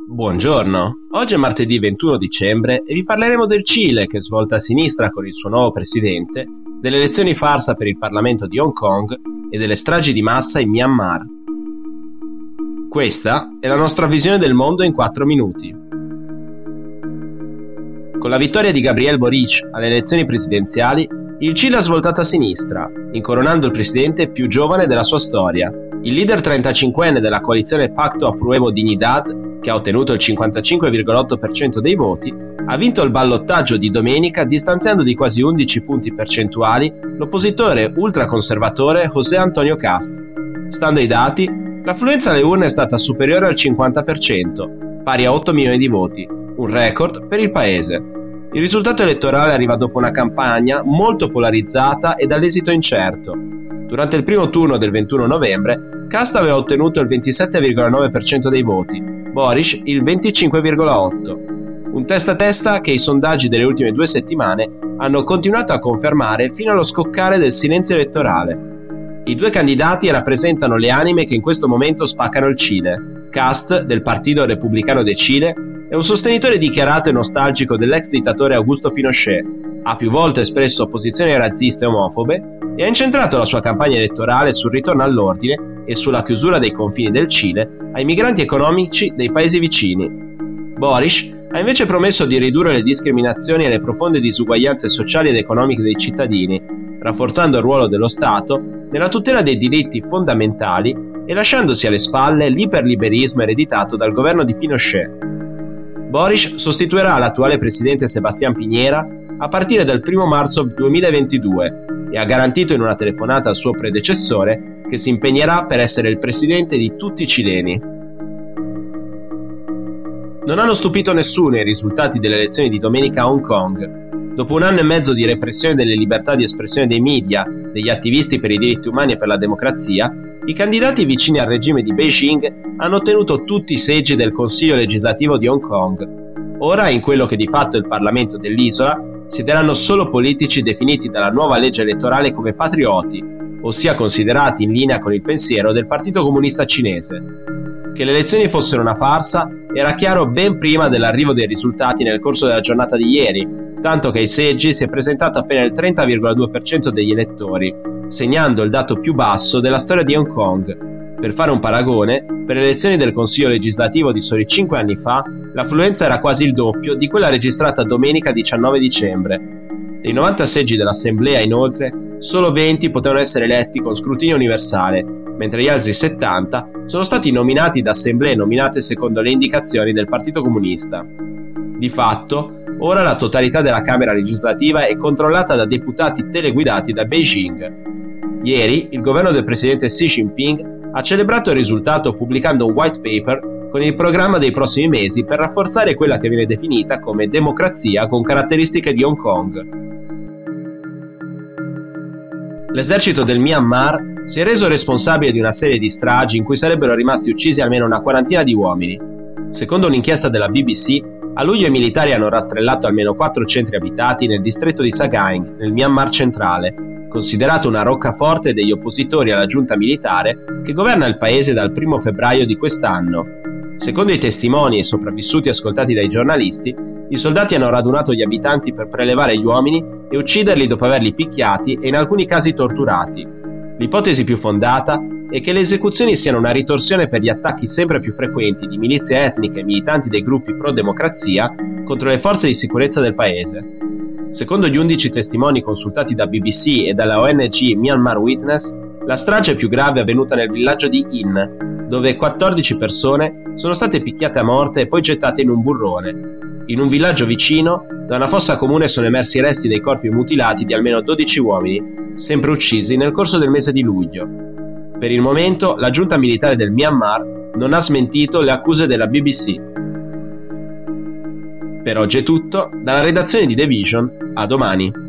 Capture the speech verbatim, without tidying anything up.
Buongiorno, oggi è martedì ventuno dicembre e vi parleremo del Cile che svolta a sinistra con il suo nuovo presidente, delle elezioni farsa per il Parlamento di Hong Kong e delle stragi di massa in Myanmar. Questa è la nostra visione del mondo in quattro minuti. Con la vittoria di Gabriel Boric alle elezioni presidenziali, il Cile ha svoltato a sinistra, incoronando il presidente più giovane della sua storia. Il leader trentacinquenne della coalizione Pacto Apruebo Dignidad, che ha ottenuto il cinquantacinque virgola otto per cento dei voti, ha vinto il ballottaggio di domenica distanziando di quasi undici punti percentuali l'oppositore ultraconservatore José Antonio Kast. Stando ai dati, l'affluenza alle urne è stata superiore al cinquanta per cento, pari a otto milioni di voti, un record per il paese. Il risultato elettorale arriva dopo una campagna molto polarizzata e dall'esito incerto. Durante il primo turno del ventuno novembre, Kast aveva ottenuto il ventisette virgola nove per cento dei voti, Boric il venticinque virgola otto per cento. Un testa a testa che i sondaggi delle ultime due settimane hanno continuato a confermare fino allo scoccare del silenzio elettorale. I due candidati rappresentano le anime che in questo momento spaccano il Cile. Kast, del Partito Repubblicano de Chile, è un sostenitore dichiarato e nostalgico dell'ex dittatore Augusto Pinochet, ha più volte espresso opposizioni razziste e omofobe e ha incentrato la sua campagna elettorale sul ritorno all'ordine e sulla chiusura dei confini del Cile ai migranti economici dei paesi vicini. Boric ha invece promesso di ridurre le discriminazioni e le profonde disuguaglianze sociali ed economiche dei cittadini, rafforzando il ruolo dello Stato nella tutela dei diritti fondamentali e lasciandosi alle spalle l'iperliberismo ereditato dal governo di Pinochet. Boric sostituirà l'attuale presidente Sebastián Piñera a partire dal primo marzo duemilaventidue e ha garantito in una telefonata al suo predecessore che si impegnerà per essere il presidente di tutti i cileni. Non hanno stupito nessuno i risultati delle elezioni di domenica a Hong Kong. Dopo un anno e mezzo di repressione delle libertà di espressione dei media, degli attivisti per i diritti umani e per la democrazia, i candidati vicini al regime di Beijing hanno ottenuto tutti i seggi del Consiglio legislativo di Hong Kong. Ora, in quello che di fatto è il Parlamento dell'isola, siederanno solo politici definiti dalla nuova legge elettorale come patrioti, ossia considerati in linea con il pensiero del Partito Comunista Cinese. Che le elezioni fossero una farsa era chiaro ben prima dell'arrivo dei risultati nel corso della giornata di ieri, tanto che ai seggi si è presentato appena il trenta virgola due per cento degli elettori, segnando il dato più basso della storia di Hong Kong. Per fare un paragone, per le elezioni del Consiglio legislativo di soli cinque anni fa, l'affluenza era quasi il doppio di quella registrata domenica diciannove dicembre. Dei novanta seggi dell'Assemblea, inoltre, solo venti potevano essere eletti con scrutinio universale, mentre gli altri settanta sono stati nominati da assemblee nominate secondo le indicazioni del Partito Comunista. Di fatto, ora la totalità della Camera legislativa è controllata da deputati teleguidati da Beijing. Ieri, il governo del presidente Xi Jinping ha celebrato il risultato pubblicando un white paper con il programma dei prossimi mesi per rafforzare quella che viene definita come democrazia con caratteristiche di Hong Kong. L'esercito del Myanmar si è reso responsabile di una serie di stragi in cui sarebbero rimasti uccisi almeno una quarantina di uomini. Secondo un'inchiesta della B B C, a luglio i militari hanno rastrellato almeno quattro centri abitati nel distretto di Sagaing, nel Myanmar centrale, considerato una roccaforte degli oppositori alla giunta militare che governa il paese dal primo febbraio di quest'anno. Secondo i testimoni e sopravvissuti ascoltati dai giornalisti, i soldati hanno radunato gli abitanti per prelevare gli uomini e ucciderli dopo averli picchiati e in alcuni casi torturati. L'ipotesi più fondata è che le esecuzioni siano una ritorsione per gli attacchi sempre più frequenti di milizie etniche e militanti dei gruppi pro-democrazia contro le forze di sicurezza del paese. Secondo gli undici testimoni consultati da B B C e dalla O N G Myanmar Witness, la strage più grave è avvenuta nel villaggio di In, dove quattordici persone sono state picchiate a morte e poi gettate in un burrone. In un villaggio vicino, da una fossa comune sono emersi i resti dei corpi mutilati di almeno dodici uomini, sempre uccisi nel corso del mese di luglio. Per il momento, la giunta militare del Myanmar non ha smentito le accuse della B B C. Per oggi è tutto, dalla redazione di The Vision, a domani.